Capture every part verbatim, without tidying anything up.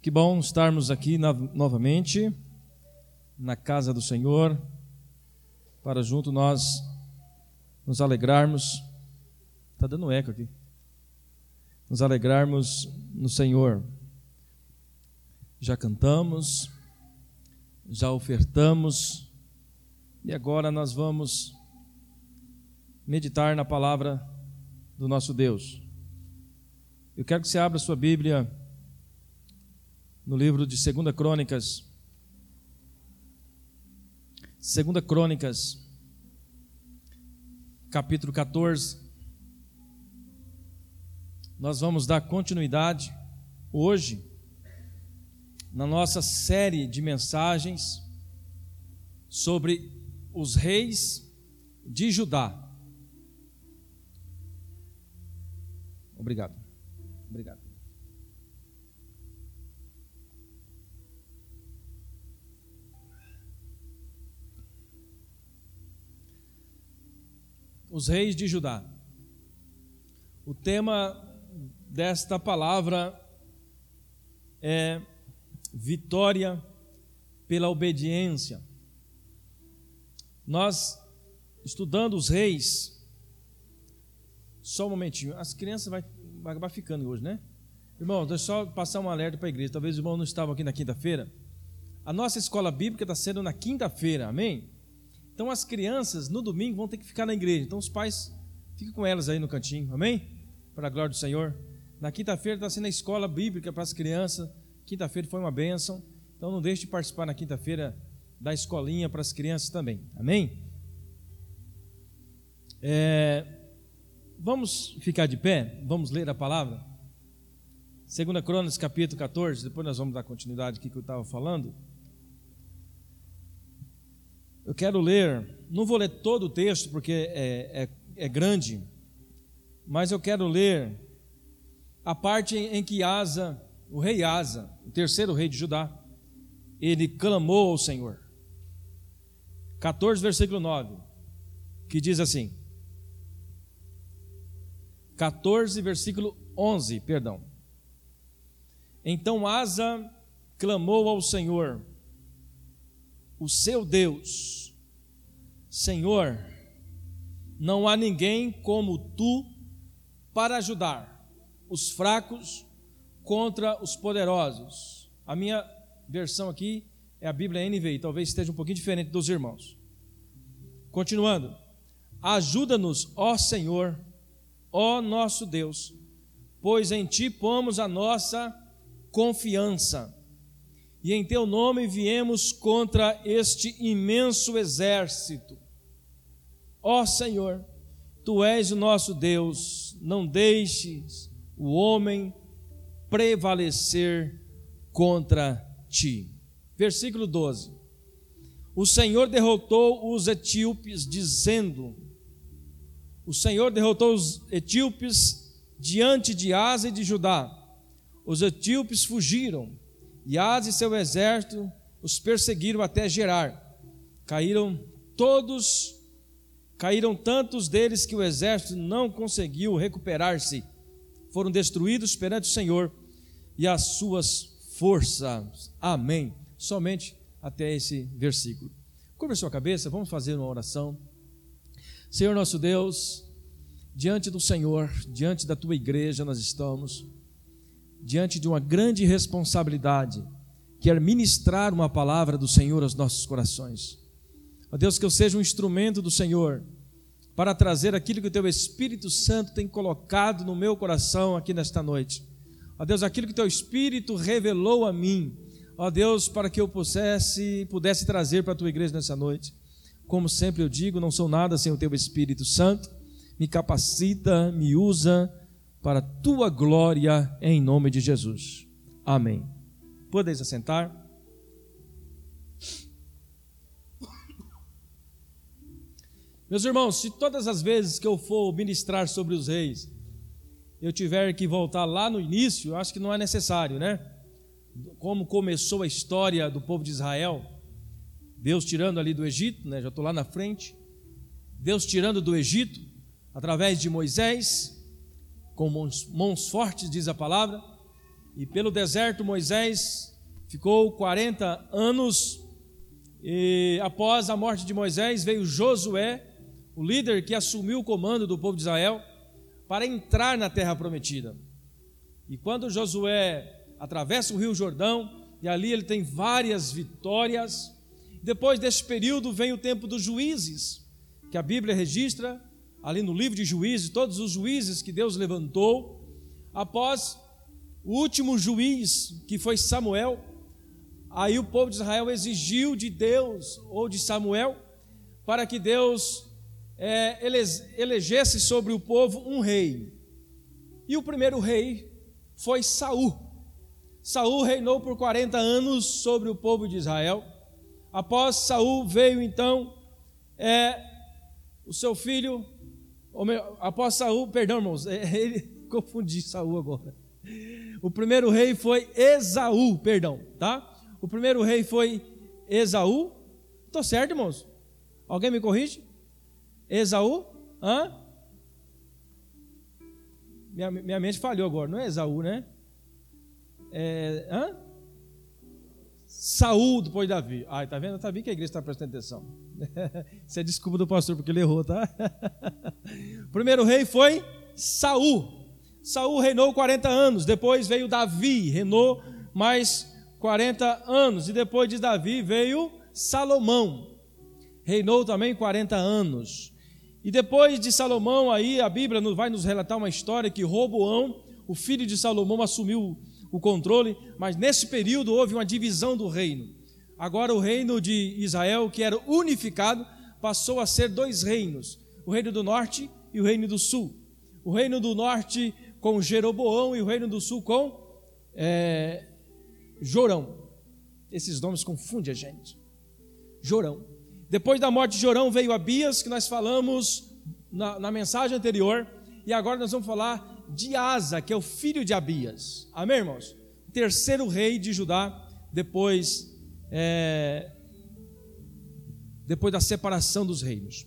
Que bom estarmos aqui na, novamente na casa do Senhor, para junto nós nos alegrarmos. Está dando eco aqui. Nos alegrarmos no Senhor. Já cantamos, já ofertamos e agora nós vamos meditar na palavra do nosso Deus. Eu quero que você abra sua Bíblia no livro de Segunda Crônicas, Segunda Crônicas, capítulo quatorze. Nós vamos dar continuidade hoje na nossa série de mensagens sobre os reis de Judá. Obrigado. Obrigado. Os reis de Judá. O tema desta palavra é vitória pela obediência. Nós, estudando os reis, só um momentinho, as crianças vai, vai acabar ficando hoje, né? Irmão, deixa eu só passar um alerta para a igreja, talvez o irmão não estava aqui na quinta-feira. A nossa escola bíblica está sendo na quinta-feira, amém? Então as crianças no domingo vão ter que ficar na igreja, então os pais fiquem com elas aí no cantinho, amém? Para a glória do Senhor. Na quinta-feira está sendo a escola bíblica para as crianças, quinta-feira foi uma bênção, então não deixe de participar na quinta-feira da escolinha para as crianças também, amém? É, vamos ficar de pé, vamos ler a palavra? Segunda Crônicas, capítulo quatorze, depois nós vamos dar continuidade aqui que eu estava falando. Eu quero ler, não vou ler todo o texto porque é, é, é grande, mas eu quero ler a parte em, em que Asa, o rei Asa, o terceiro rei de Judá, ele clamou ao Senhor. quatorze, versículo nove, que diz assim, quatorze, versículo onze, perdão. Então Asa clamou ao Senhor, o seu Deus: Senhor, não há ninguém como tu para ajudar os fracos contra os poderosos. A minha versão aqui é a Bíblia N V I, talvez esteja um pouquinho diferente dos irmãos. Continuando: ajuda-nos, ó Senhor, ó nosso Deus, pois em ti pomos a nossa confiança, e em teu nome viemos contra este imenso exército. Ó Senhor, tu és o nosso Deus, não deixes o homem prevalecer contra ti. Versículo doze. O Senhor derrotou os etíopes, dizendo: o Senhor derrotou os etíopes diante de Asa e de Judá. Os etíopes fugiram, e Asa e seu exército os perseguiram até Gerar. Caíram todos, caíram tantos deles que o exército não conseguiu recuperar-se. Foram destruídos perante o Senhor e as suas forças. Amém. Somente até esse versículo. Curva sua cabeça, vamos fazer uma oração. Senhor nosso Deus, diante do Senhor, diante da tua igreja nós estamos, diante de uma grande responsabilidade, que é ministrar uma palavra do Senhor aos nossos corações. Ó Deus, que eu seja um instrumento do Senhor para trazer aquilo que o teu Espírito Santo tem colocado no meu coração aqui nesta noite. Ó Deus, aquilo que o teu Espírito revelou a mim, ó Deus, para que eu pudesse, pudesse trazer para a tua igreja nessa noite. Como sempre eu digo, não sou nada sem o teu Espírito Santo, me capacita, me usa para a tua glória, em nome de Jesus. Amém. Podeis assentar. Meus irmãos, se todas as vezes que eu for ministrar sobre os reis, eu tiver que voltar lá no início, eu acho que não é necessário, né? Como começou a história do povo de Israel, Deus tirando ali do Egito, né? Já estou lá na frente, Deus tirando do Egito, através de Moisés, com mãos, mãos fortes, diz a palavra, e pelo deserto Moisés ficou quarenta anos, e após a morte de Moisés veio Josué, o líder que assumiu o comando do povo de Israel, para entrar na terra prometida. E quando Josué atravessa o rio Jordão, e ali ele tem várias vitórias, depois desse período vem o tempo dos juízes, que a Bíblia registra, ali no livro de Juízes, todos os juízes que Deus levantou. Após o último juiz, que foi Samuel, aí o povo de Israel exigiu de Deus, ou de Samuel, para que Deus é, elegesse sobre o povo um rei. E o primeiro rei foi Saul. Saul reinou por quarenta anos sobre o povo de Israel. Após Saul veio então é, o seu filho, após Saul, perdão irmãos, ele confundi Saul agora. O primeiro rei foi Esaú, perdão, tá? O primeiro rei foi Esaú. Estou certo, irmãos? Alguém me corrige? Esaú? Hã? Minha, minha mente falhou agora, não é Esaú, né? É, hã? Saul, depois de Davi. Ai, tá vendo? Tá vendo que a igreja está prestando atenção. Isso é desculpa do pastor, porque ele errou, tá? O primeiro rei foi Saul. Saul reinou quarenta anos, depois veio Davi, reinou mais quarenta anos, e depois de Davi veio Salomão, reinou também quarenta anos. E depois de Salomão, aí a Bíblia vai nos relatar uma história que Roboão, o filho de Salomão, assumiu o controle, mas nesse período houve uma divisão do reino. Agora o reino de Israel, que era unificado, passou a ser dois reinos, o reino do norte e o reino do sul. O reino do norte com Jeroboão e o reino do sul com é, Jorão. Esses nomes confundem a gente. Jorão. Depois da morte de Jorão veio Abias, que nós falamos na, na mensagem anterior, e agora nós vamos falar de Asa, que é o filho de Abias. Amém, irmãos? Terceiro rei de Judá, depois, é, depois da separação dos reinos.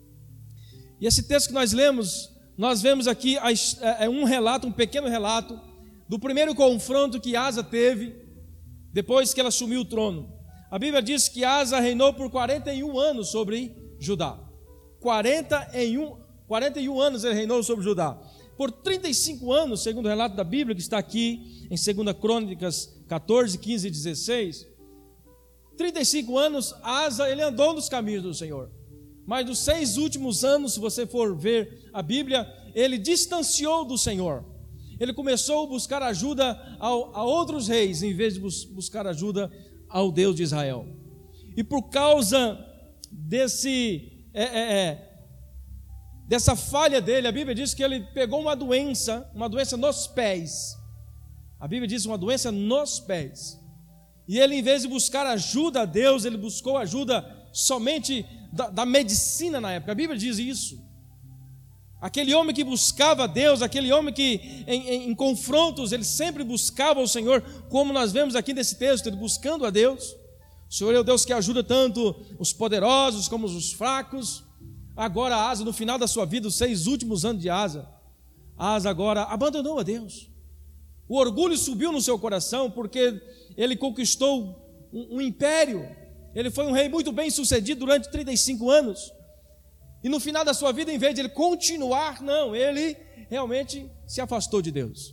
E esse texto que nós lemos, nós vemos aqui é um relato, um pequeno relato, do primeiro confronto que Asa teve, depois que ela assumiu o trono. A Bíblia diz que Asa reinou por quarenta e um anos sobre Judá. quarenta e um, quarenta e um anos ele reinou sobre Judá. Por trinta e cinco anos, segundo o relato da Bíblia, que está aqui em segunda Crônicas catorze, quinze e dezesseis, trinta e cinco anos, Asa, ele andou nos caminhos do Senhor. Mas nos seis últimos anos, se você for ver a Bíblia, ele distanciou do Senhor. Ele começou a buscar ajuda ao, a outros reis, em vez de bus, buscar ajuda ao Deus de Israel. E por causa desse... É, é, é, dessa falha dele, a Bíblia diz que ele pegou uma doença, uma doença nos pés. A Bíblia diz uma doença nos pés. E ele, em vez de buscar ajuda a Deus, ele buscou ajuda somente da, da medicina na época. A Bíblia diz isso. Aquele homem que buscava a Deus, aquele homem que em, em, em confrontos, ele sempre buscava o Senhor, como nós vemos aqui nesse texto, ele buscando a Deus. O Senhor é o Deus que ajuda tanto os poderosos como os fracos. Agora Asa, no final da sua vida, os seis últimos anos de Asa, Asa agora abandonou a Deus. O orgulho subiu no seu coração, porque ele conquistou um, um império. Ele foi um rei muito bem sucedido durante trinta e cinco anos. E no final da sua vida, em vez de ele continuar, não, ele realmente se afastou de Deus.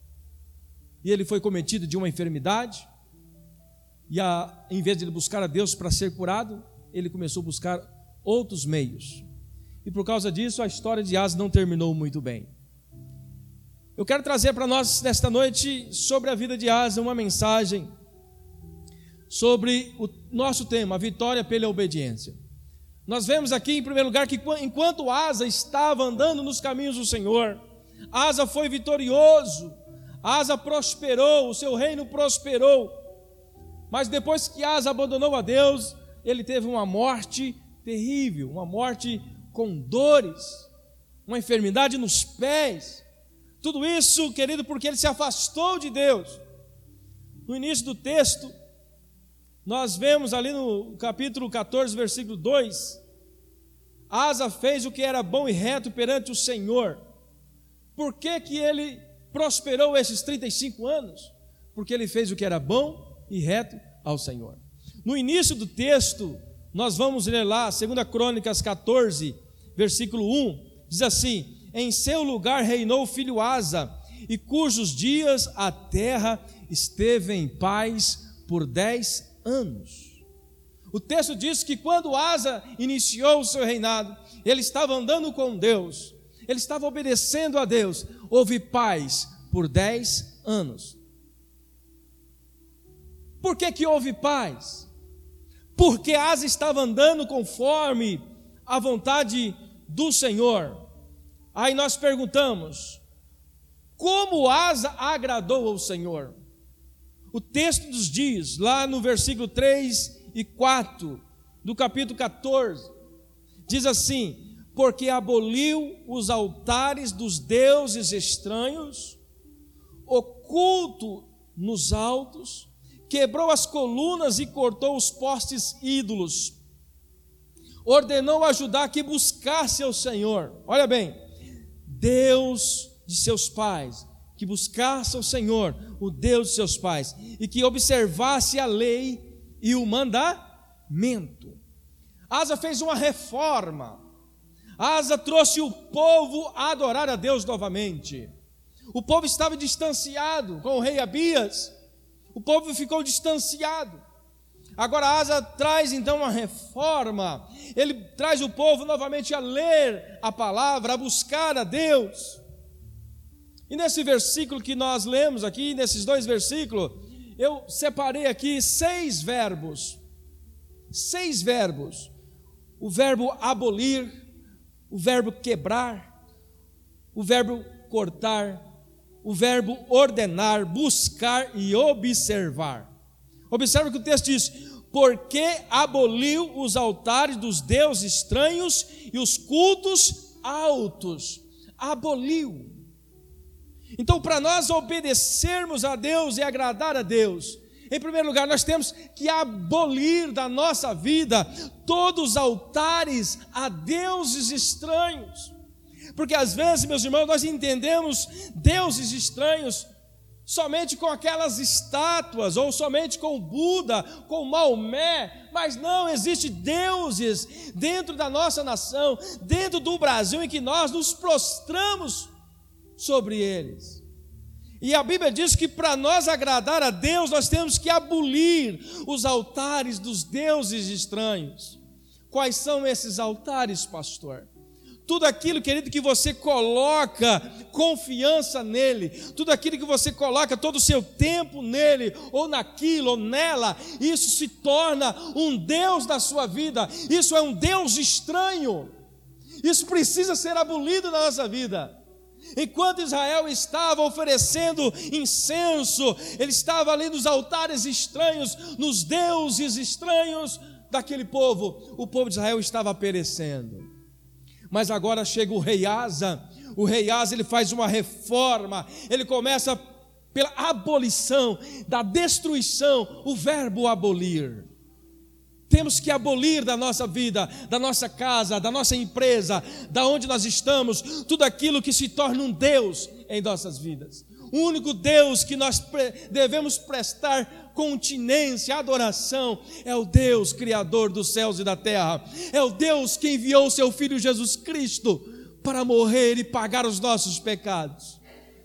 E ele foi cometido de uma enfermidade, e a, em vez de ele buscar a Deus para ser curado, ele começou a buscar outros meios. E por causa disso, a história de Asa não terminou muito bem. Eu quero trazer para nós, nesta noite, sobre a vida de Asa, uma mensagem sobre o nosso tema, a vitória pela obediência. Nós vemos aqui, em primeiro lugar, que enquanto Asa estava andando nos caminhos do Senhor, Asa foi vitorioso, Asa prosperou, o seu reino prosperou. Mas depois que Asa abandonou a Deus, ele teve uma morte terrível, uma morte com dores, uma enfermidade nos pés. Tudo isso, querido, porque ele se afastou de Deus. No início do texto, nós vemos ali no capítulo catorze, versículo dois, Asa fez o que era bom e reto perante o Senhor. Por que que ele prosperou esses trinta e cinco anos? Porque ele fez o que era bom e reto ao Senhor. No início do texto, nós vamos ler lá, segunda Crônicas catorze, versículo um, diz assim: em seu lugar reinou o filho Asa, e cujos dias a terra esteve em paz por dez anos. O texto diz que quando Asa iniciou o seu reinado, ele estava andando com Deus, ele estava obedecendo a Deus, houve paz por dez anos. Por que que houve paz? Porque Asa estava andando conforme a vontade do Senhor. Aí nós perguntamos, como Asa agradou ao Senhor? O texto nos diz, lá no versículo três e quatro do capítulo catorze, diz assim: porque aboliu os altares dos deuses estranhos, o culto nos altos, quebrou as colunas e cortou os postes ídolos, ordenou a Judá que buscasse ao Senhor, olha bem, Deus de seus pais, que buscasse ao Senhor, o Deus de seus pais, e que observasse a lei e o mandamento. Asa fez uma reforma, Asa trouxe o povo a adorar a Deus novamente. O povo estava distanciado com o rei Abias, o povo ficou distanciado. Agora Asa traz então uma reforma, ele traz o povo novamente a ler a palavra, a buscar a Deus. E nesse versículo que nós lemos aqui, nesses dois versículos, eu separei aqui seis verbos, seis verbos, o verbo abolir, o verbo quebrar, o verbo cortar, o verbo ordenar, buscar e observar. Observe que o texto diz: porque aboliu os altares dos deuses estranhos e os cultos altos. Aboliu. Então, para nós obedecermos a Deus e agradar a Deus, em primeiro lugar, nós temos que abolir da nossa vida todos os altares a deuses estranhos. Porque às vezes, meus irmãos, nós entendemos deuses estranhos somente com aquelas estátuas, ou somente com o Buda, com o Maomé, mas não, existe deuses dentro da nossa nação, dentro do Brasil, em que nós nos prostramos sobre eles. E a Bíblia diz que para nós agradar a Deus, nós temos que abolir os altares dos deuses estranhos. Quais são esses altares, pastor? Tudo aquilo, querido, que você coloca confiança nele, tudo aquilo que você coloca todo o seu tempo nele, ou naquilo, ou nela, isso se torna um Deus da sua vida, isso é um Deus estranho, isso precisa ser abolido na nossa vida. Enquanto Israel estava oferecendo incenso, ele estava ali nos altares estranhos, nos deuses estranhos daquele povo, o povo de Israel estava perecendo. Mas agora chega o rei Asa, o rei Asa ele faz uma reforma, ele começa pela abolição, da destruição, o verbo abolir. Temos que abolir da nossa vida, da nossa casa, da nossa empresa, da onde nós estamos, tudo aquilo que se torna um Deus em nossas vidas. O único Deus que nós devemos prestar continência, adoração, é o Deus Criador dos céus e da terra, é o Deus que enviou o seu Filho Jesus Cristo para morrer e pagar os nossos pecados.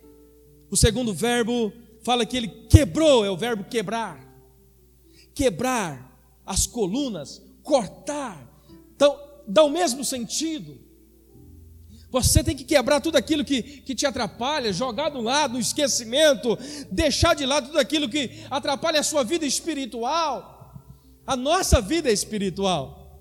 O segundo verbo fala que ele quebrou, é o verbo quebrar, quebrar as colunas, cortar, então dá o mesmo sentido. Você tem que quebrar tudo aquilo que, que te atrapalha, jogar do lado, no esquecimento, deixar de lado tudo aquilo que atrapalha a sua vida espiritual, a nossa vida espiritual.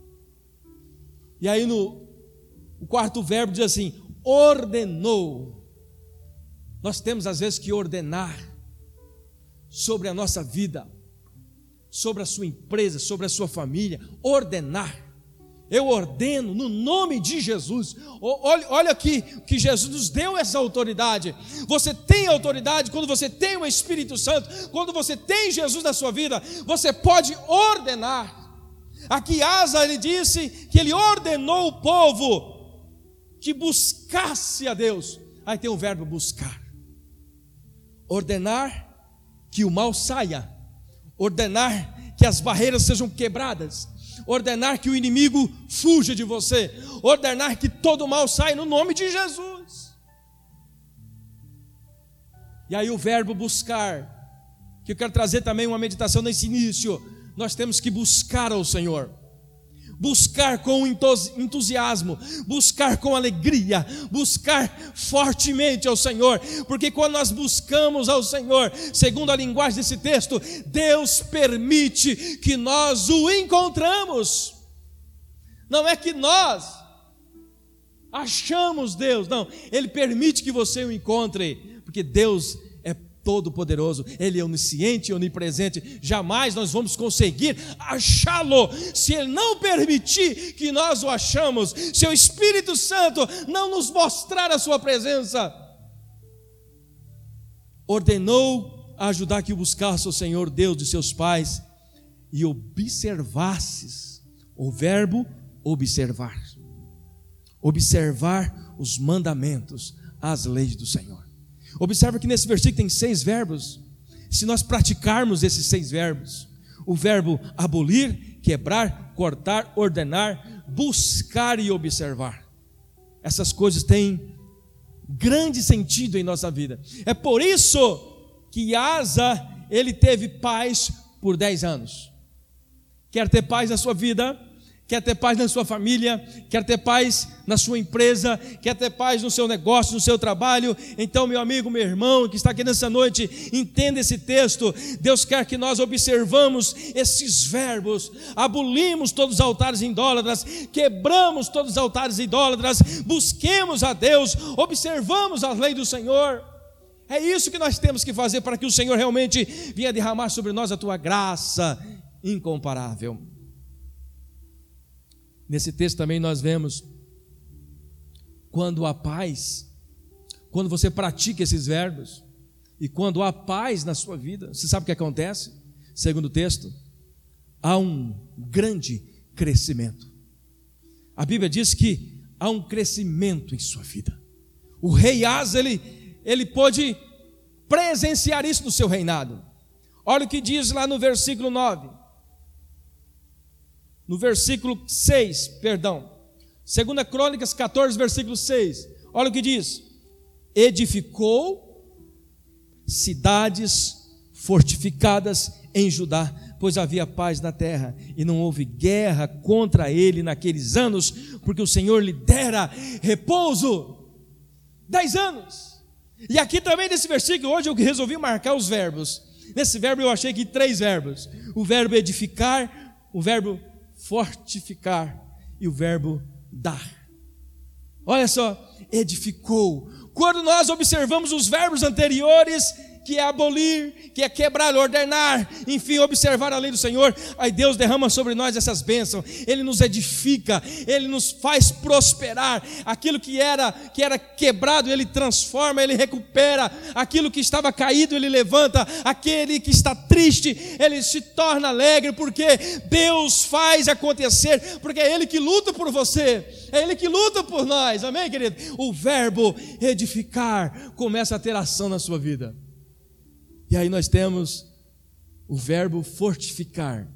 E aí no o quarto verbo diz assim, ordenou. Nós temos às vezes que ordenar sobre a nossa vida, sobre a sua empresa, sobre a sua família, ordenar. Eu ordeno no nome de Jesus. Olha, olha aqui que Jesus nos deu essa autoridade. Você tem autoridade quando você tem o Espírito Santo, quando você tem Jesus na sua vida, você pode ordenar. Aqui Asa ele disse que ele ordenou o povo que buscasse a Deus. Aí tem o verbo buscar. ordenar que o mal saia, ordenar que as barreiras sejam quebradas, ordenar que o inimigo fuja de você, ordenar que todo mal saia no nome de Jesus. E aí o verbo buscar, que eu quero trazer também uma meditação nesse início. Nós temos que buscar ao Senhor, buscar com entusiasmo, buscar com alegria, buscar fortemente ao Senhor, porque quando nós buscamos ao Senhor, segundo a linguagem desse texto, Deus permite que nós o encontramos. Não é que nós achamos Deus, não, Ele permite que você o encontre, porque Deus é todo-poderoso, Ele é onisciente e onipresente. Jamais nós vamos conseguir achá-lo se Ele não permitir que nós o achamos, se o Espírito Santo não nos mostrar a sua presença. Ordenou ajudar que o buscasse o Senhor Deus de seus pais e observasses, o verbo observar, observar os mandamentos, as leis do Senhor. Observa que nesse versículo tem seis verbos. Se nós praticarmos esses seis verbos, o verbo abolir, quebrar, cortar, ordenar, buscar e observar, essas coisas têm grande sentido em nossa vida. É por isso que Asa, ele teve paz por dez anos. Quer ter paz na sua vida? Quer ter paz na sua família? Quer ter paz na sua empresa? Quer ter paz no seu negócio, no seu trabalho? Então, meu amigo, meu irmão, que está aqui nessa noite, entenda esse texto. Deus quer que nós observamos esses verbos, abolimos todos os altares idólatras, quebramos todos os altares idólatras, busquemos a Deus, observamos a lei do Senhor. É isso que nós temos que fazer para que o Senhor realmente venha derramar sobre nós a tua graça incomparável. Nesse texto também nós vemos, quando há paz, quando você pratica esses verbos, e quando há paz na sua vida, você sabe o que acontece? Segundo o texto, há um grande crescimento. A Bíblia diz que há um crescimento em sua vida. O rei Asa, ele, ele pôde presenciar isso no seu reinado. Olha o que diz lá no versículo nove. No versículo seis, perdão, segunda Crônicas catorze, versículo seis, olha o que diz: edificou cidades fortificadas em Judá, pois havia paz na terra, e não houve guerra contra ele naqueles anos, porque o Senhor lhe dera repouso. Dez anos. E aqui também nesse versículo, hoje eu resolvi marcar os verbos. Nesse verbo eu achei que três verbos: o verbo edificar, o verbo fortificar e o verbo dar. Olha só, edificou. Quando nós observamos os verbos anteriores, que é abolir, que é quebrar, ordenar, enfim, observar a lei do Senhor, aí Deus derrama sobre nós essas bênçãos. Ele nos edifica, Ele nos faz prosperar. Aquilo que era, que era quebrado, Ele transforma, Ele recupera. Aquilo que estava caído, Ele levanta. Aquele que está triste, Ele se torna alegre, porque Deus faz acontecer, porque é Ele que luta por você, é Ele que luta por nós, amém, querido? O verbo edificar começa a ter ação na sua vida. E aí nós temos o verbo fortificar.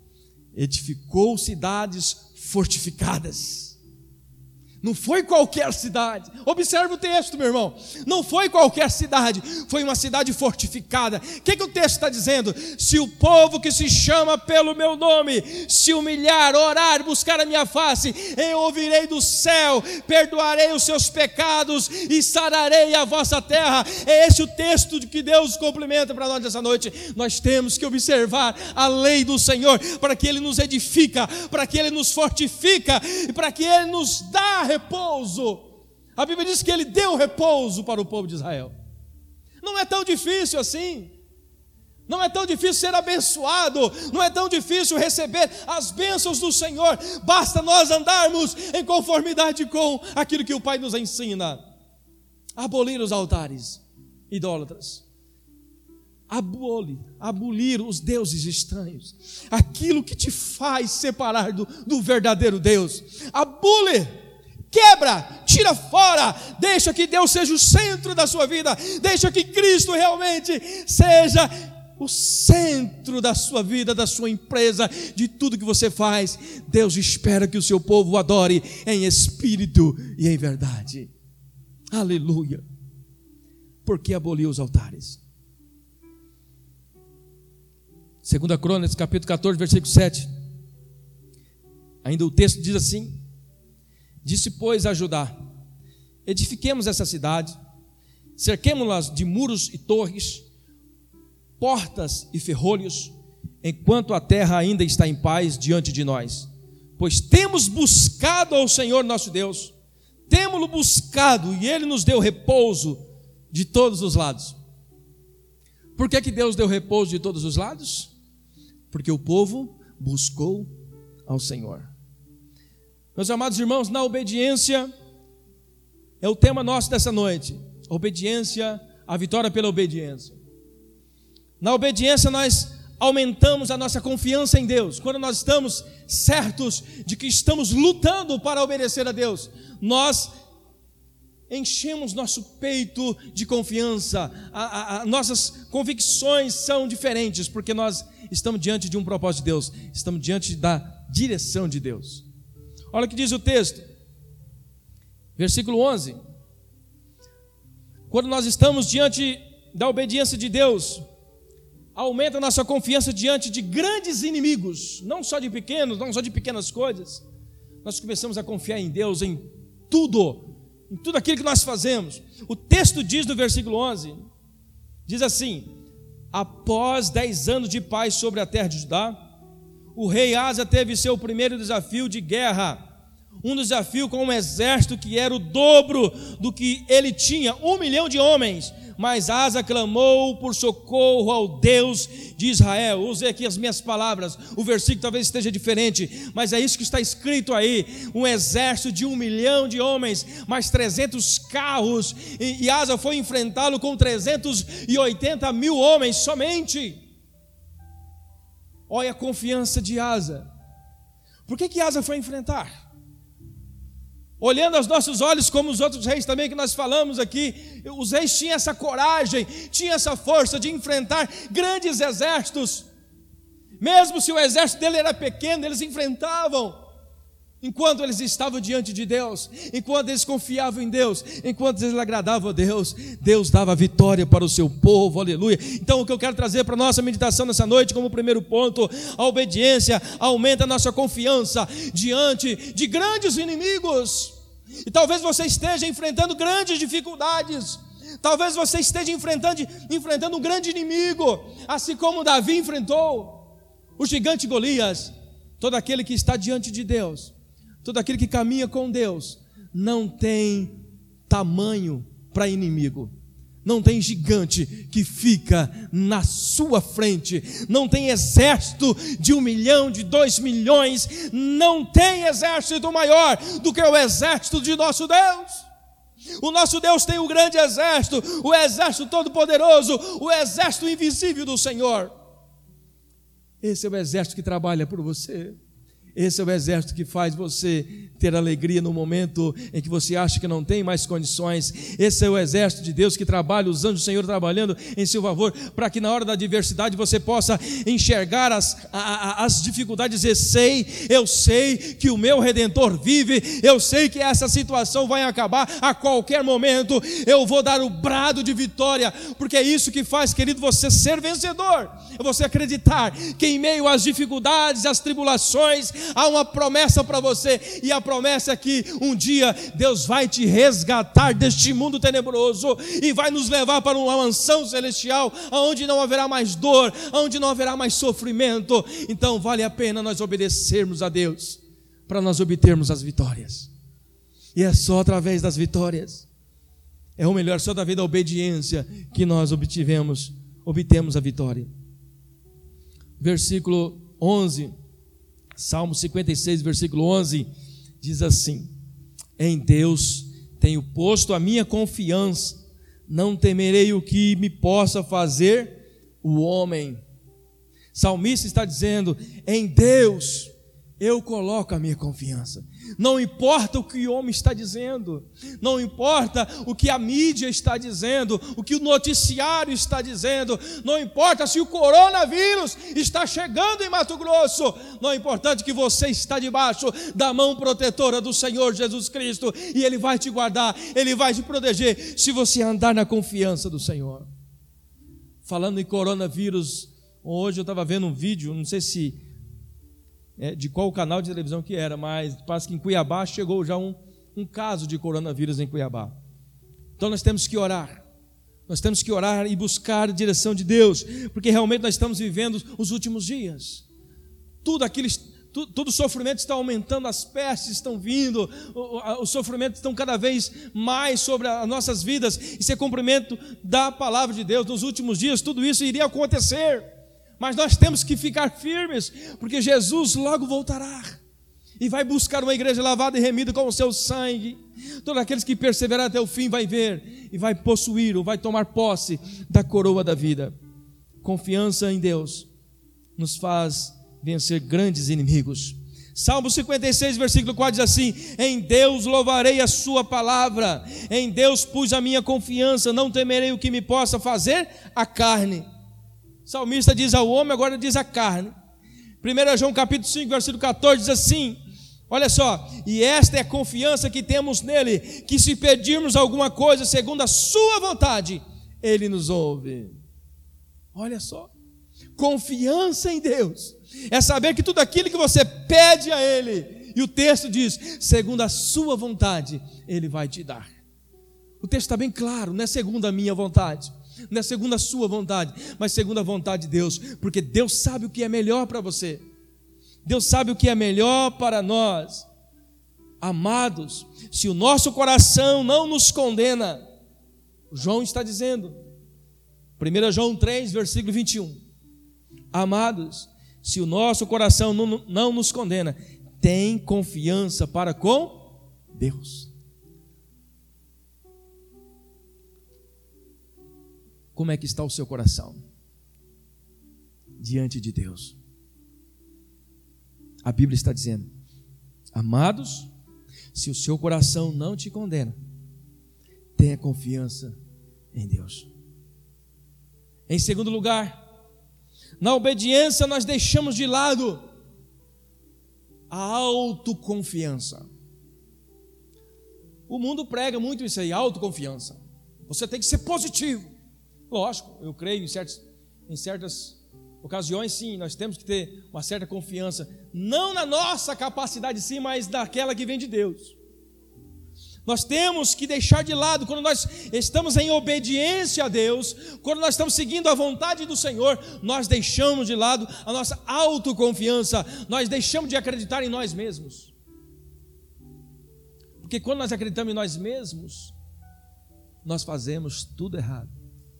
Edificou cidades fortificadas. Não foi qualquer cidade. Observe o texto, meu irmão. Não foi qualquer cidade, foi uma cidade fortificada. O que, que o texto está dizendo? Se o povo que se chama pelo meu nome se humilhar, orar, buscar a minha face, eu ouvirei do céu, perdoarei os seus pecados e sararei a vossa terra. É esse o texto que Deus cumprimenta para nós essa noite. Nós temos que observar a lei do Senhor, para que Ele nos edifica, para que Ele nos fortifica e para que Ele nos dá repouso. A Bíblia diz que Ele deu repouso para o povo de Israel. Não é tão difícil assim. Não é tão difícil ser abençoado. Não é tão difícil receber as bênçãos do Senhor. Basta nós andarmos em conformidade com aquilo que o Pai nos ensina. Abolir os altares idólatras. Abolir, abolir os deuses estranhos. Aquilo que te faz separar do, do verdadeiro Deus. Abole. Quebra, tira fora, deixa que Deus seja o centro da sua vida, deixa que Cristo realmente seja o centro da sua vida, da sua empresa, de tudo que você faz. Deus espera que o seu povo o adore em espírito e em verdade. Aleluia. Por que aboliu os altares? Segunda Crônicas, capítulo catorze, versículo sete. Ainda o texto diz assim: disse, pois, a Judá: edifiquemos essa cidade, cerquemo-la de muros e torres, portas e ferrolhos, enquanto a terra ainda está em paz diante de nós, pois temos buscado ao Senhor nosso Deus, temo-lo buscado, e Ele nos deu repouso de todos os lados. Por que que Deus deu repouso de todos os lados? Porque o povo buscou ao Senhor. Meus amados irmãos, na obediência é o tema nosso dessa noite. Obediência, a vitória pela obediência. Na obediência nós aumentamos a nossa confiança em Deus. Quando nós estamos certos de que estamos lutando para obedecer a Deus, nós enchemos nosso peito de confiança. a, a, a, Nossas convicções são diferentes, porque nós estamos diante de um propósito de Deus, estamos diante da direção de Deus. Olha o que diz o texto, versículo onze. Quando nós estamos diante da obediência de Deus, aumenta a nossa confiança diante de grandes inimigos, não só de pequenos, não só de pequenas coisas. Nós começamos a confiar em Deus em tudo, em tudo aquilo que nós fazemos. O texto diz no versículo onze, diz assim: após dez anos de paz sobre a terra de Judá, o rei Asa teve seu primeiro desafio de guerra, um desafio com um exército que era o dobro do que ele tinha, um milhão de homens. Mas Asa clamou por socorro ao Deus de Israel. Usei aqui as minhas palavras, o versículo talvez esteja diferente, mas é isso que está escrito aí: um exército de um milhão de homens, mais trezentos carros, e, e Asa foi enfrentá-lo com trezentos e oitenta mil homens somente. Olha a confiança de Asa. Por que que Asa foi enfrentar? Olhando aos nossos olhos, como os outros reis também que nós falamos aqui, os reis tinham essa coragem, tinham essa força de enfrentar grandes exércitos. Mesmo se o exército dele era pequeno, eles enfrentavam, enquanto eles estavam diante de Deus, enquanto eles confiavam em Deus, enquanto eles agradavam a Deus, Deus dava vitória para o seu povo, aleluia. Então o que eu quero trazer para a nossa meditação nessa noite, como primeiro ponto: a obediência aumenta a nossa confiança diante de grandes inimigos. E talvez você esteja enfrentando grandes dificuldades, talvez você esteja enfrentando, enfrentando um grande inimigo, assim como Davi enfrentou o gigante Golias. Todo aquele que está diante de Deus, todo aquele que caminha com Deus, não tem tamanho para inimigo, não tem gigante que fica na sua frente, não tem exército de um milhão, de dois milhões, não tem exército maior do que o exército de nosso Deus. O nosso Deus tem o grande exército, o exército todo-poderoso, o exército invisível do Senhor. Esse é o exército que trabalha por você. Esse é o exército que faz você ter alegria no momento em que você acha que não tem mais condições. Esse é o exército de Deus que trabalha, os anjos do Senhor trabalhando em seu favor, para que na hora da adversidade você possa enxergar as, a, as dificuldades e dizer: sei, eu sei que o meu Redentor vive, eu sei que essa situação vai acabar a qualquer momento, eu vou dar o brado de vitória, porque é isso que faz, querido, você ser vencedor. É você acreditar que em meio às dificuldades, às tribulações, há uma promessa para você, e a promessa é que um dia Deus vai te resgatar deste mundo tenebroso e vai nos levar para uma mansão celestial, onde não haverá mais dor, onde não haverá mais sofrimento. Então vale a pena nós obedecermos a Deus, para nós obtermos as vitórias. E é só através das vitórias, é ou melhor, só através da obediência, que nós obtivemos, obtemos a vitória. Versículo onze, Salmo cinquenta e seis, versículo onze, diz assim: em Deus tenho posto a minha confiança, não temerei o que me possa fazer o homem. Salmista está dizendo: em Deus Eu coloco a minha confiança. Não importa o que o homem está dizendo, não importa o que a mídia está dizendo, o que o noticiário está dizendo, não importa se o coronavírus está chegando em Mato Grosso, não é importante que você está debaixo da mão protetora do Senhor Jesus Cristo, e Ele vai te guardar, Ele vai te proteger, se você andar na confiança do Senhor. Falando em coronavírus, hoje eu estava vendo um vídeo, não sei se É, de qual canal de televisão que era, mas parece que em Cuiabá chegou já um, um caso de coronavírus em Cuiabá. Então nós temos que orar, nós temos que orar e buscar a direção de Deus, porque realmente nós estamos vivendo os últimos dias. Tudo aquilo, tudo, todo o sofrimento está aumentando, as pestes estão vindo, os sofrimentos estão cada vez mais sobre as nossas vidas. Isso é cumprimento da palavra de Deus. Nos últimos dias tudo isso iria acontecer. Mas nós temos que ficar firmes, porque Jesus logo voltará e vai buscar uma igreja lavada e remida com o seu sangue. Todos aqueles que perseverarem até o fim vai ver e vai possuir ou vai tomar posse da coroa da vida. Confiança em Deus nos faz vencer grandes inimigos. Salmo cinquenta e seis, versículo quatro diz assim: em Deus louvarei a sua palavra, em Deus pus a minha confiança, não temerei o que me possa fazer a carne. O salmista diz ao homem, agora diz à carne. primeiro João capítulo cinco, versículo quatorze diz assim, olha só: e esta é a confiança que temos nele, que se pedirmos alguma coisa segundo a sua vontade, ele nos ouve. Olha só, confiança em Deus é saber que tudo aquilo que você pede a Ele, e o texto diz, segundo a sua vontade, Ele vai te dar. O texto está bem claro, não é segundo a minha vontade, não é segundo a sua vontade, mas segundo a vontade de Deus, porque Deus sabe o que é melhor para você, Deus sabe o que é melhor para nós. Amados, se o nosso coração não nos condena, João está dizendo, primeiro João três, versículo vinte e um, amados, se o nosso coração não, não nos condena, tem confiança para com Deus. Como é que está o seu coração diante de Deus? A Bíblia está dizendo, amados, se o seu coração não te condena, tenha confiança em Deus. Em segundo lugar, na obediência nós deixamos de lado a autoconfiança. O mundo prega muito isso aí, autoconfiança. Você tem que ser positivo. Lógico, eu creio em certas, em certas ocasiões, sim, nós temos que ter uma certa confiança, não na nossa capacidade, sim, mas daquela que vem de Deus. Nós temos que deixar de lado, quando nós estamos em obediência a Deus, quando nós estamos seguindo a vontade do Senhor, nós deixamos de lado a nossa autoconfiança, nós deixamos de acreditar em nós mesmos. Porque quando nós acreditamos em nós mesmos, nós fazemos tudo errado.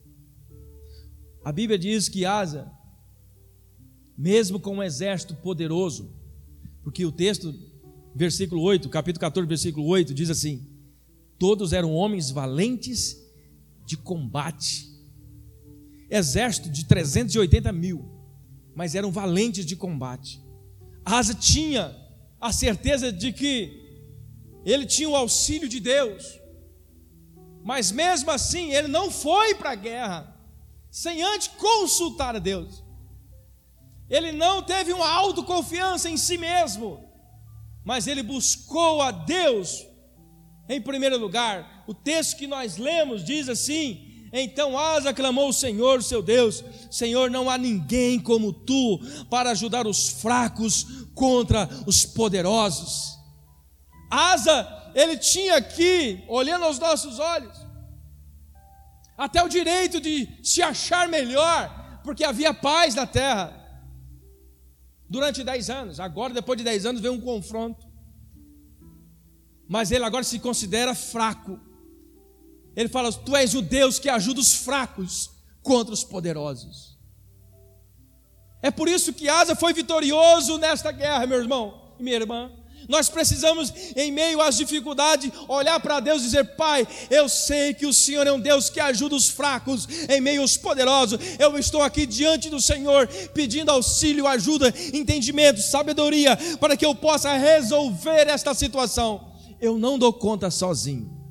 A Bíblia diz que Asa, mesmo com um exército poderoso, porque o texto, versículo oito, capítulo catorze, versículo oito, diz assim, todos eram homens valentes de combate, exército de trezentos e oitenta mil, mas eram valentes de combate. Asa tinha a certeza de que ele tinha o auxílio de Deus, mas mesmo assim ele não foi para a guerra sem antes consultar a Deus. Ele não teve uma autoconfiança em si mesmo, mas ele buscou a Deus em primeiro lugar. O texto que nós lemos diz assim, então Asa clamou ao Senhor, seu Deus, Senhor, não há ninguém como tu para ajudar os fracos contra os poderosos. Asa, ele tinha aqui, olhando aos nossos olhos, até o direito de se achar melhor, porque havia paz na terra, durante dez anos. Agora, depois de dez anos, veio um confronto, mas ele agora se considera fraco. Ele fala, tu és o Deus que ajuda os fracos contra os poderosos. É por isso que Asa foi vitorioso nesta guerra, meu irmão e minha irmã. Nós precisamos, em meio às dificuldades, olhar para Deus e dizer: Pai, eu sei que o Senhor é um Deus que ajuda os fracos em meio aos poderosos. Eu estou aqui diante do Senhor, pedindo auxílio, ajuda, entendimento, sabedoria, para que eu possa resolver esta situação. Eu não dou conta sozinho.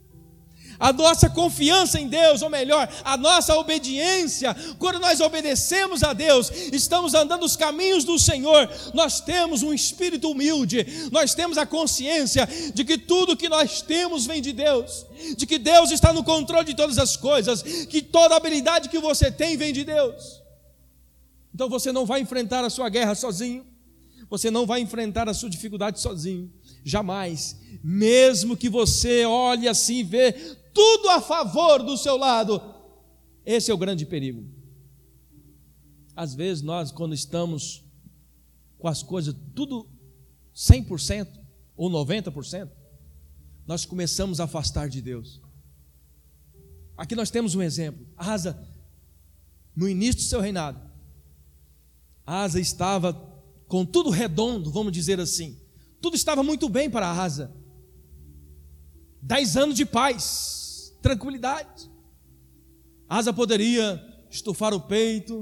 A nossa confiança em Deus, ou melhor, a nossa obediência, quando nós obedecemos a Deus, estamos andando os caminhos do Senhor, nós temos um espírito humilde, nós temos a consciência de que tudo que nós temos vem de Deus, de que Deus está no controle de todas as coisas, que toda habilidade que você tem vem de Deus. Então você não vai enfrentar a sua guerra sozinho, você não vai enfrentar a sua dificuldade sozinho, jamais. Mesmo que você olhe assim e vê tudo a favor do seu lado, esse é o grande perigo. Às vezes nós, quando estamos com as coisas tudo cem por cento ou noventa por cento, nós começamos a afastar de Deus. Aqui nós temos um exemplo. Asa, no início do seu reinado, Asa estava com tudo redondo, vamos dizer assim. Tudo estava muito bem para Asa. Dez anos de paz, tranquilidade. Asa poderia estufar o peito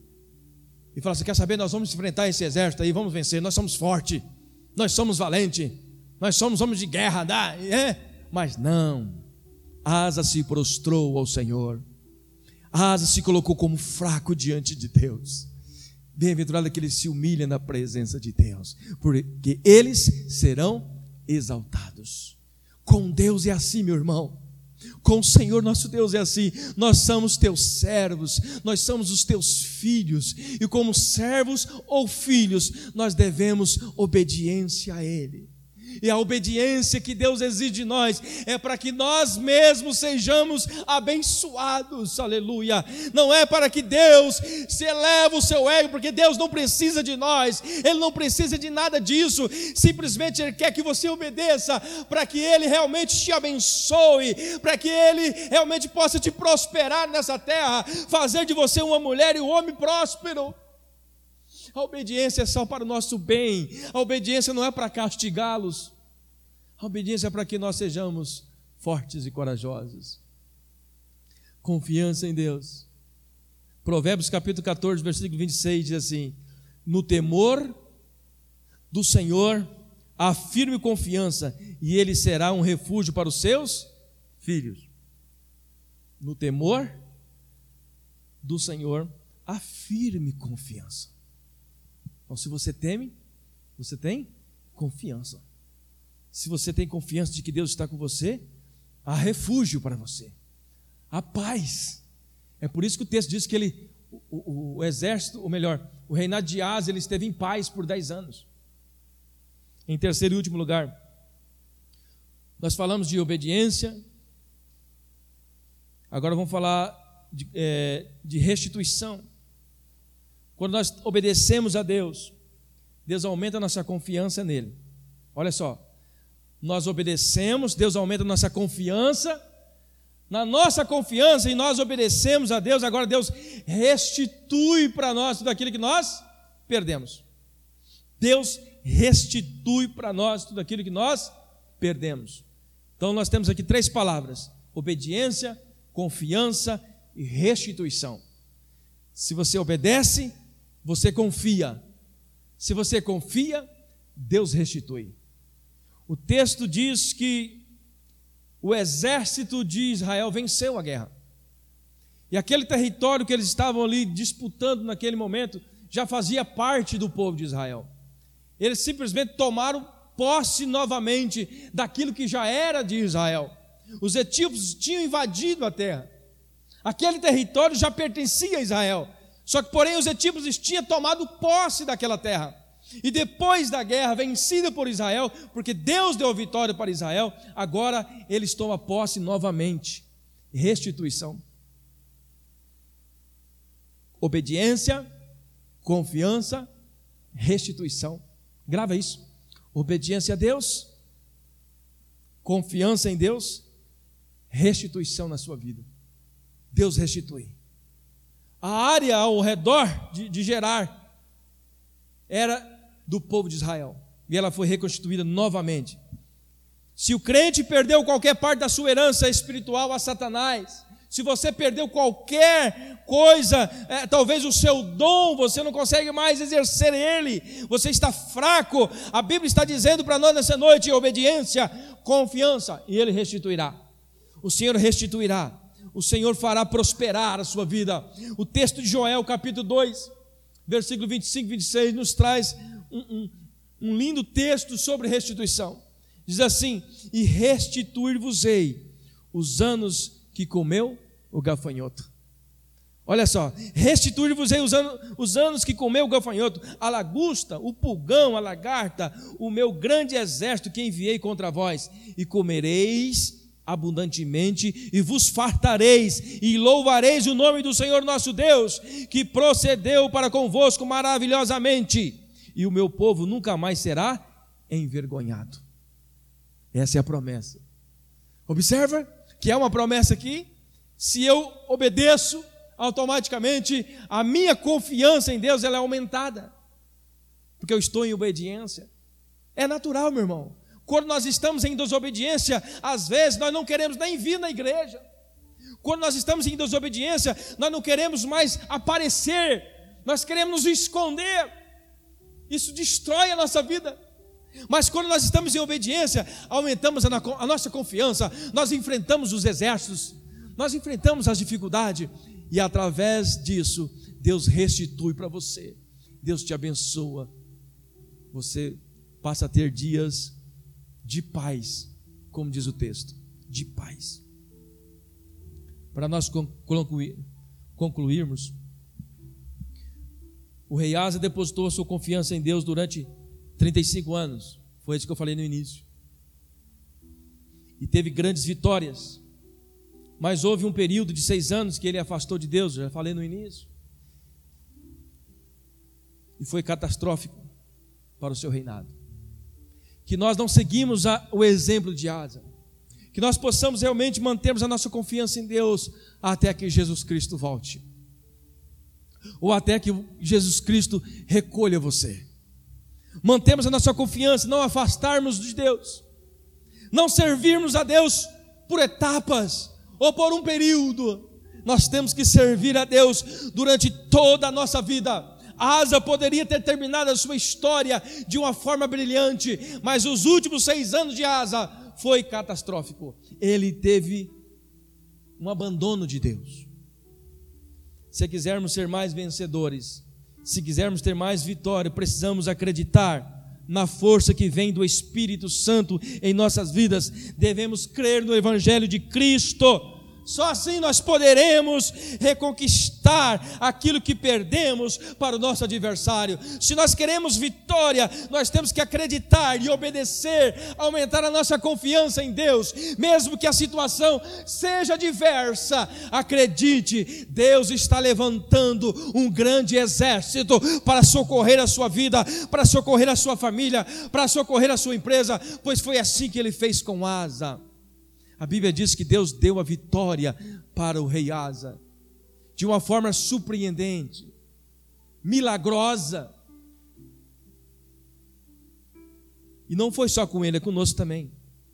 e falar: você quer saber, nós vamos enfrentar esse exército aí, vamos vencer, nós somos fortes, nós somos valentes, nós somos homens de guerra, dá, é? Mas não, Asa se prostrou ao Senhor, Asa se colocou como fraco diante de Deus. Bem-aventurado aquele que se humilha na presença de Deus, porque eles serão exaltados. Com Deus é assim, meu irmão. Com o Senhor nosso Deus é assim. Nós somos teus servos, nós somos os teus filhos, e como servos ou filhos, nós devemos obediência a Ele. E a obediência que Deus exige de nós é para que nós mesmos sejamos abençoados, aleluia. Não é para que Deus se eleve o seu ego, porque Deus não precisa de nós, Ele não precisa de nada disso. Simplesmente Ele quer que você obedeça, para que Ele realmente te abençoe, para que Ele realmente possa te prosperar nessa terra, fazer de você uma mulher e um homem próspero. A obediência é só para o nosso bem, a obediência não é para castigá-los, a obediência é para que nós sejamos fortes e corajosos. Confiança em Deus. Provérbios capítulo catorze, versículo vinte e seis diz assim: no temor do Senhor há firme confiança, e Ele será um refúgio para os seus filhos. No temor do Senhor há firme confiança. Então, se você teme, você tem confiança. Se você tem confiança de que Deus está com você, há refúgio para você, há paz. É por isso que o texto diz que ele, o, o, o exército, ou melhor, o reinado de Asa, ele esteve em paz por dez anos. Em terceiro e último lugar, nós falamos de obediência, agora vamos falar de, é, de restituição. Quando nós obedecemos a Deus, Deus aumenta a nossa confiança nele. Olha só, nós obedecemos, Deus aumenta a nossa confiança. Na nossa confiança e nós obedecemos a Deus, agora Deus restitui para nós tudo aquilo que nós perdemos. Deus restitui para nós tudo aquilo que nós perdemos. Então nós temos aqui três palavras: obediência, confiança e restituição. Se você obedece, você confia. Se você confia, Deus restitui. O texto diz que o exército de Israel venceu a guerra. E aquele território que eles estavam ali disputando naquele momento já fazia parte do povo de Israel. Eles simplesmente tomaram posse novamente daquilo que já era de Israel. Os etíopes tinham invadido a terra. Aquele território já pertencia a Israel. Só que, porém, os etíopes tinham tomado posse daquela terra. E depois da guerra, vencida por Israel, porque Deus deu a vitória para Israel, agora eles tomam posse novamente. Restituição. Obediência, confiança, restituição. Grava isso. Obediência a Deus, confiança em Deus, restituição na sua vida. Deus restitui. A área ao redor de, de Gerar era do povo de Israel. e ela foi reconstituída novamente. Se o crente perdeu qualquer parte da sua herança espiritual a Satanás, se você perdeu qualquer coisa, é, talvez o seu dom, você não consegue mais exercer ele, você está fraco, a Bíblia está dizendo para nós nessa noite: obediência, confiança, e ele restituirá. O Senhor restituirá, o Senhor fará prosperar a sua vida. O texto de Joel, capítulo dois, versículo vinte e cinco e vinte e seis, nos traz um, um, um lindo texto sobre restituição. Diz assim: e restituir-vos-ei os anos que comeu o gafanhoto. Olha só, restituir-vos-ei os anos, os anos que comeu o gafanhoto, a lagosta, o pulgão, a lagarta, o meu grande exército que enviei contra vós, e comereis abundantemente, e vos fartareis, e louvareis o nome do Senhor nosso Deus, que procedeu para convosco maravilhosamente, e o meu povo nunca mais será envergonhado. Essa é a promessa. Observa que há uma promessa aqui. Se eu obedeço, automaticamente a minha confiança em Deus ela é aumentada, porque eu estou em obediência. É natural, meu irmão. Quando nós estamos em desobediência, às vezes nós não queremos nem vir na igreja. Quando nós estamos em desobediência, nós não queremos mais aparecer, nós queremos nos esconder. Isso destrói a nossa vida. Mas quando nós estamos em obediência, aumentamos a, a nossa confiança, nós enfrentamos os exércitos, nós enfrentamos as dificuldades, e através disso, Deus restitui para você, Deus te abençoa, você passa a ter dias de paz, como diz o texto, de paz. Para nós concluir, concluirmos, o rei Asa depositou a sua confiança em Deus durante trinta e cinco anos, foi isso que eu falei no início, e teve grandes vitórias. Mas houve um período de seis anos que ele afastou de Deus, já falei no início, e foi catastrófico para o seu reinado. Que nós não seguimos a, o exemplo de Asa, que nós possamos realmente mantermos a nossa confiança em Deus até que Jesus Cristo volte, ou até que Jesus Cristo recolha você. Mantemos a nossa confiança, não afastarmos de Deus, não servirmos a Deus por etapas ou por um período. Nós temos que servir a Deus durante toda a nossa vida. Asa poderia ter terminado a sua história de uma forma brilhante, mas os últimos seis anos de Asa foi catastrófico. Ele teve um abandono de Deus. Se quisermos ser mais vencedores, se quisermos ter mais vitória, precisamos acreditar na força que vem do Espírito Santo em nossas vidas. Devemos crer no Evangelho de Cristo. Só assim nós poderemos reconquistar aquilo que perdemos para o nosso adversário. Se nós queremos vitória, nós temos que acreditar e obedecer, aumentar a nossa confiança em Deus, mesmo que a situação seja diversa. Acredite, Deus está levantando um grande exército para socorrer a sua vida, para socorrer a sua família, para socorrer a sua empresa, pois foi assim que ele fez com Asa. A Bíblia diz que Deus deu a vitória para o rei Asa, de uma forma surpreendente, milagrosa. E não foi só com ele, é conosco também.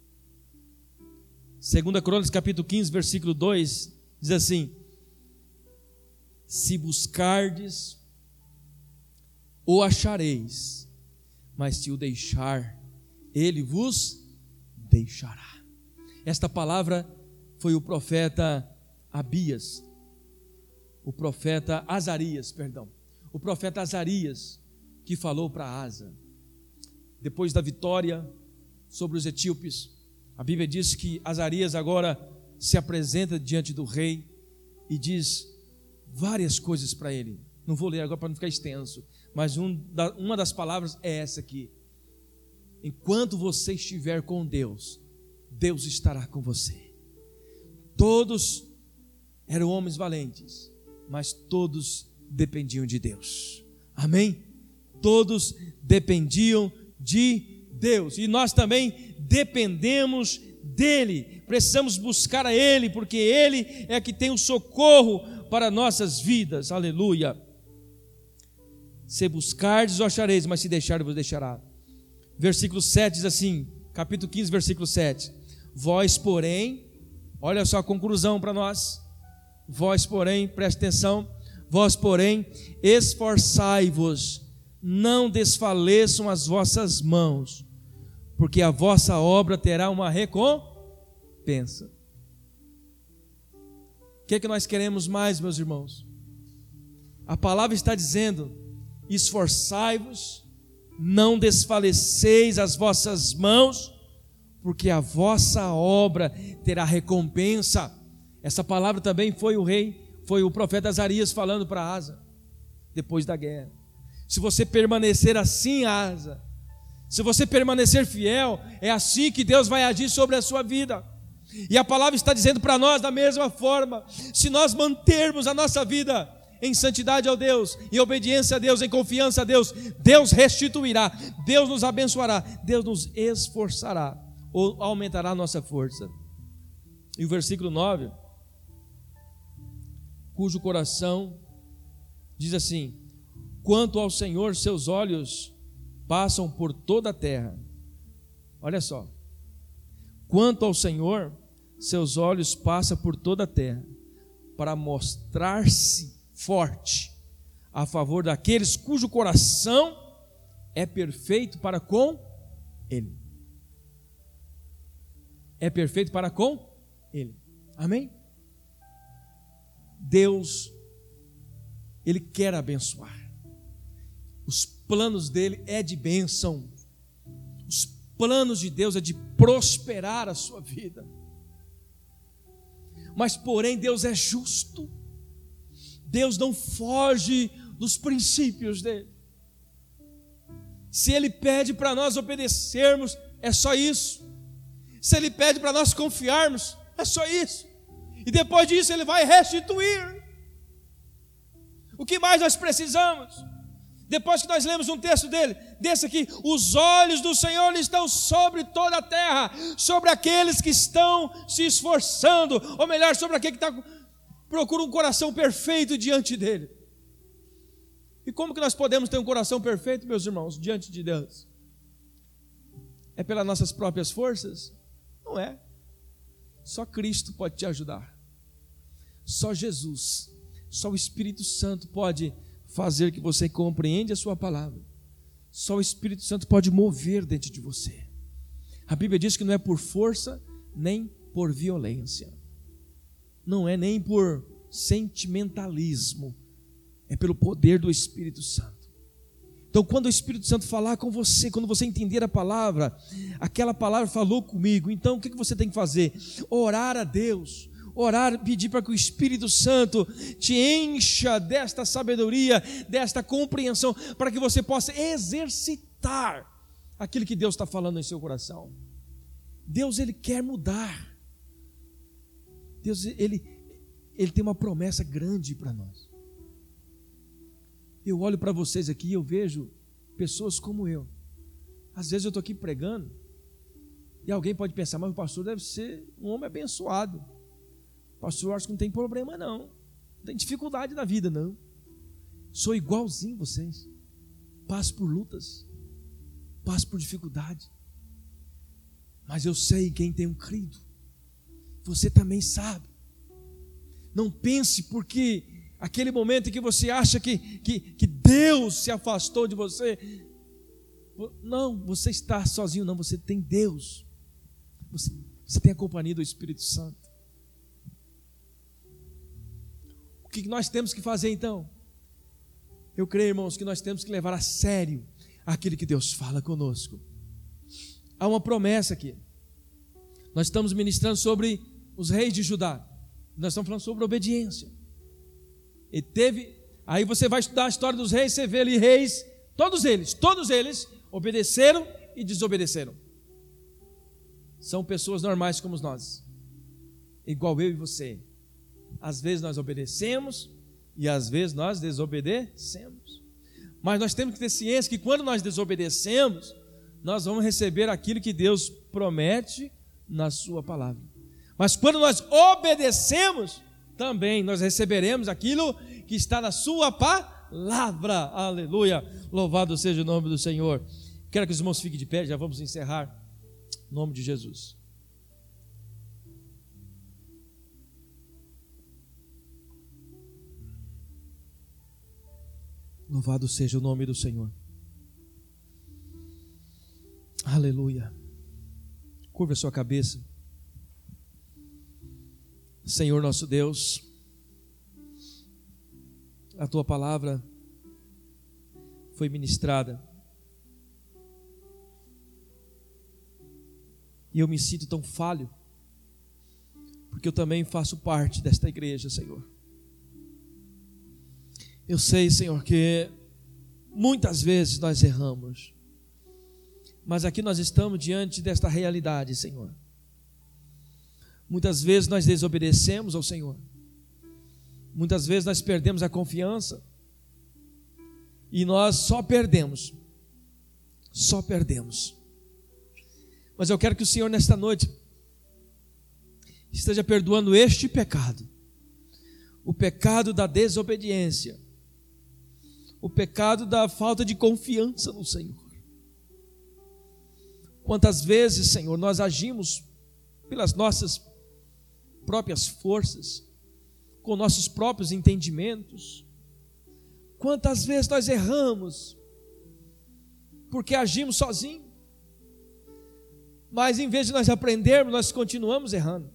Segunda Crônicas, capítulo quinze, versículo dois, diz assim: se buscardes, o achareis, mas se o deixar, ele vos deixará. Esta palavra foi o profeta Abias, o profeta Azarias, perdão, o profeta Azarias que falou para Asa. Depois da vitória sobre os etíopes, a Bíblia diz que Azarias agora se apresenta diante do rei e diz várias coisas para ele. Não vou ler agora para não ficar extenso, mas um da, uma das palavras é essa aqui: enquanto você estiver com Deus, Deus estará com você. Todos eram homens valentes, mas todos dependiam de Deus. Amém? Todos dependiam de Deus, e nós também dependemos dele. Precisamos buscar a ele, porque ele é que tem o socorro para nossas vidas. Aleluia. Se buscardes, o achareis, mas se deixar, vos deixará. versículo sete diz assim, capítulo quinze, versículo sete: vós, porém, olha só a conclusão para nós, vós, porém, preste atenção, vós, porém, esforçai-vos, não desfaleçam as vossas mãos, porque a vossa obra terá uma recompensa. O que é que nós queremos mais, meus irmãos? A palavra está dizendo: esforçai-vos, não desfaleceis as vossas mãos, porque a vossa obra terá recompensa. Essa palavra também foi o rei, foi o profeta Azarias falando para Asa, depois da guerra. Se você permanecer assim, Asa, se você permanecer fiel, é assim que Deus vai agir sobre a sua vida. E a palavra está dizendo para nós da mesma forma: se nós mantermos a nossa vida em santidade ao Deus, em obediência a Deus, em confiança a Deus, Deus restituirá, Deus nos abençoará, Deus nos esforçará, ou aumentará a nossa força. E o versículo nove, cujo coração diz assim: quanto ao Senhor, seus olhos passam por toda a terra. Olha só, quanto ao Senhor, seus olhos passam por toda a terra, para mostrar-se forte a favor daqueles cujo coração é perfeito para com Ele. É perfeito para com Ele. Amém? Deus, Ele quer abençoar. Os planos dele é de bênção. Os planos de Deus é de prosperar a sua vida. Mas porém Deus é justo. Deus não foge dos princípios dele. Se ele pede para nós obedecermos, é só isso. Se ele pede para nós confiarmos, é só isso. E depois disso ele vai restituir. O que mais nós precisamos? Depois que nós lemos um texto dele, desse aqui: os olhos do Senhor estão sobre toda a terra, sobre aqueles que estão se esforçando, ou melhor, sobre aquele que está, procura um coração perfeito diante dele. E como que nós podemos ter um coração perfeito, meus irmãos, diante de Deus? É pelas nossas próprias forças? Não é. Só Cristo pode te ajudar. Só Jesus, só o Espírito Santo pode fazer que você compreenda a sua palavra. Só o Espírito Santo pode mover dentro de você. A Bíblia diz que não é por força nem por violência, não é nem por sentimentalismo, é pelo poder do Espírito Santo. Então, quando o Espírito Santo falar com você, quando você entender a palavra, aquela palavra falou comigo, então o que você tem que fazer? Orar a Deus, orar, pedir para que o Espírito Santo te encha desta sabedoria, desta compreensão, para que você possa exercitar aquilo que Deus está falando em seu coração. Deus, Ele quer mudar. Deus, Ele, Ele tem uma promessa grande para nós. Eu olho para vocês aqui e eu vejo pessoas como eu. Às vezes eu estou aqui pregando e alguém pode pensar: mas o pastor deve ser um homem abençoado. Pastor, eu acho que não tem problema não, não tem dificuldade na vida não. Sou igualzinho vocês, passo por lutas, passo por dificuldade, mas eu sei quem tem um crido. Você também sabe. Não pense porque aquele momento em que você acha que, que, que Deus se afastou de você, não, você está sozinho não, você tem Deus, você, você tem a companhia do Espírito Santo. O que nós temos que fazer então? Eu creio, irmãos, que nós temos que levar a sério aquilo que Deus fala conosco. Há uma promessa aqui. Nós estamos ministrando sobre os reis de Judá. Nós estamos falando sobre obediência. E teve, aí você vai estudar a história dos reis, você vê ali reis, todos eles, todos eles obedeceram e desobedeceram. São pessoas normais como nós, igual eu e você. Às vezes nós obedecemos e às vezes nós desobedecemos. Mas nós temos que ter ciência que quando nós desobedecemos, nós vamos receber aquilo que Deus promete na sua palavra. Mas quando nós obedecemos, também nós receberemos aquilo que está na sua palavra. Aleluia, louvado seja o nome do Senhor. Quero que os irmãos fiquem de pé, já vamos encerrar. Em nome de Jesus. Louvado seja o nome do Senhor. Aleluia. Curva a sua cabeça. Senhor nosso Deus, a tua palavra foi ministrada. E eu me sinto tão falho, porque eu também faço parte desta igreja, Senhor. Eu sei, Senhor, que muitas vezes nós erramos, mas aqui nós estamos diante desta realidade, Senhor. Muitas vezes nós desobedecemos ao Senhor, muitas vezes nós perdemos a confiança, e nós só perdemos, só perdemos. Mas eu quero que o Senhor nesta noite esteja perdoando este pecado, o pecado da desobediência, o pecado da falta de confiança no Senhor. Quantas vezes, Senhor, nós agimos pelas nossas próprias forças, com nossos próprios entendimentos. Quantas vezes nós erramos porque agimos sozinhos, mas em vez de nós aprendermos, nós continuamos errando.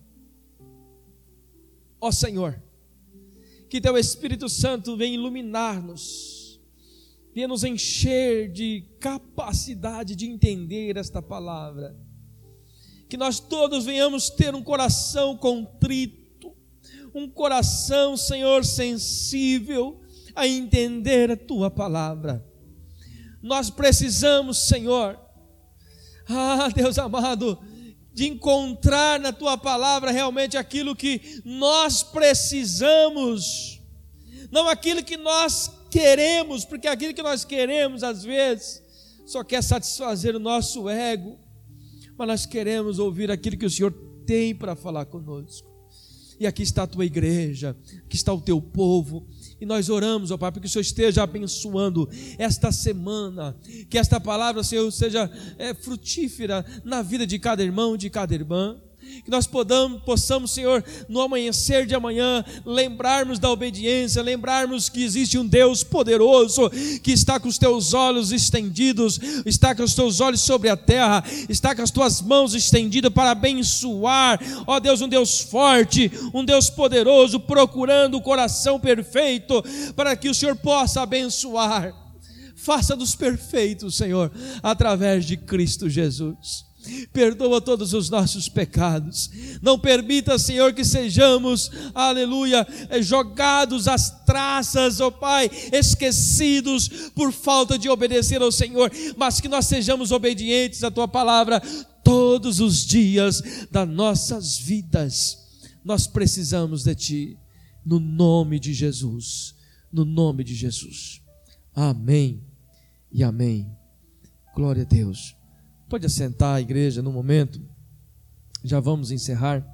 Ó Senhor, que teu Espírito Santo venha iluminar-nos, venha nos encher de capacidade de entender esta palavra, que nós todos venhamos ter um coração contrito, um coração, Senhor, sensível a entender a tua palavra. Nós precisamos, Senhor, ah, Deus amado, de encontrar na tua palavra realmente aquilo que nós precisamos, não aquilo que nós queremos, porque aquilo que nós queremos às vezes só quer satisfazer o nosso ego, mas nós queremos ouvir aquilo que o Senhor tem para falar conosco. E aqui está a tua igreja, aqui está o teu povo, e nós oramos, ó Pai, porque o Senhor esteja abençoando esta semana, que esta palavra, Senhor, seja é, frutífera na vida de cada irmão, de cada irmã, que nós podamos, possamos, Senhor, no amanhecer de amanhã, lembrarmos da obediência, lembrarmos que existe um Deus poderoso, que está com os teus olhos estendidos, está com os teus olhos sobre a terra, está com as tuas mãos estendidas para abençoar, ó Deus, um Deus forte, um Deus poderoso, procurando o coração perfeito, para que o Senhor possa abençoar. Faça-nos perfeitos, Senhor, através de Cristo Jesus. Perdoa todos os nossos pecados. Não permita, Senhor, que sejamos, aleluia, jogados às traças, ó Pai, esquecidos por falta de obedecer ao Senhor, mas que nós sejamos obedientes à tua palavra todos os dias das nossas vidas. Nós precisamos de ti, no nome de Jesus, no nome de Jesus. Amém e amém. Glória a Deus. Pode assentar a igreja no momento, já vamos encerrar.